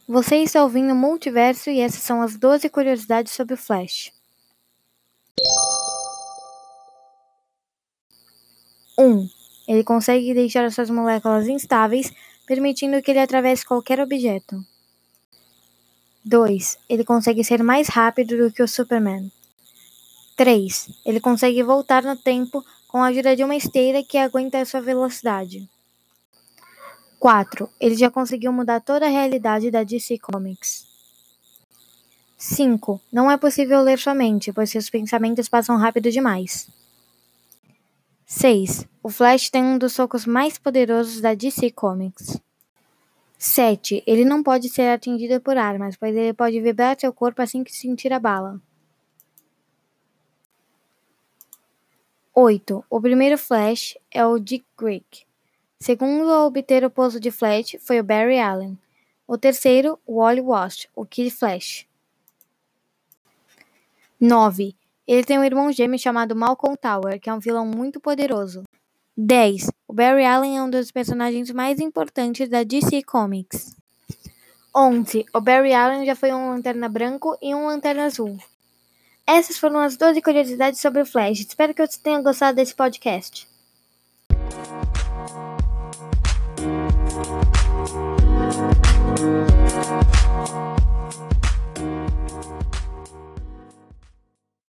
Você está ouvindo o Multiverso e essas são as 12 curiosidades sobre o Flash. 1. Ele consegue deixar as suas moléculas instáveis, permitindo que ele atravesse qualquer objeto. 2. Ele consegue ser mais rápido do que o Superman. 3. Ele consegue voltar no tempo com a ajuda de uma esteira que aguenta a sua velocidade. 4. Ele já conseguiu mudar toda a realidade da DC Comics. 5. Não é possível ler sua mente, pois seus pensamentos passam rápido demais. 6. O Flash tem um dos socos mais poderosos da DC Comics. 7. Ele não pode ser atingido por armas, pois ele pode vibrar seu corpo assim que sentir a bala. 8. O primeiro Flash é o Dick Grayson. Segundo a obter o posto de Flash foi o Barry Allen. O terceiro, o Wally West, o Kid Flash. 9. Ele tem um irmão gêmeo chamado Malcolm Tower, que é um vilão muito poderoso. 10. O Barry Allen é um dos personagens mais importantes da DC Comics. 11. O Barry Allen já foi um Lanterna Branco e um Lanterna Azul. Essas foram as 12 curiosidades sobre o Flash. Espero que você tenha gostado desse podcast.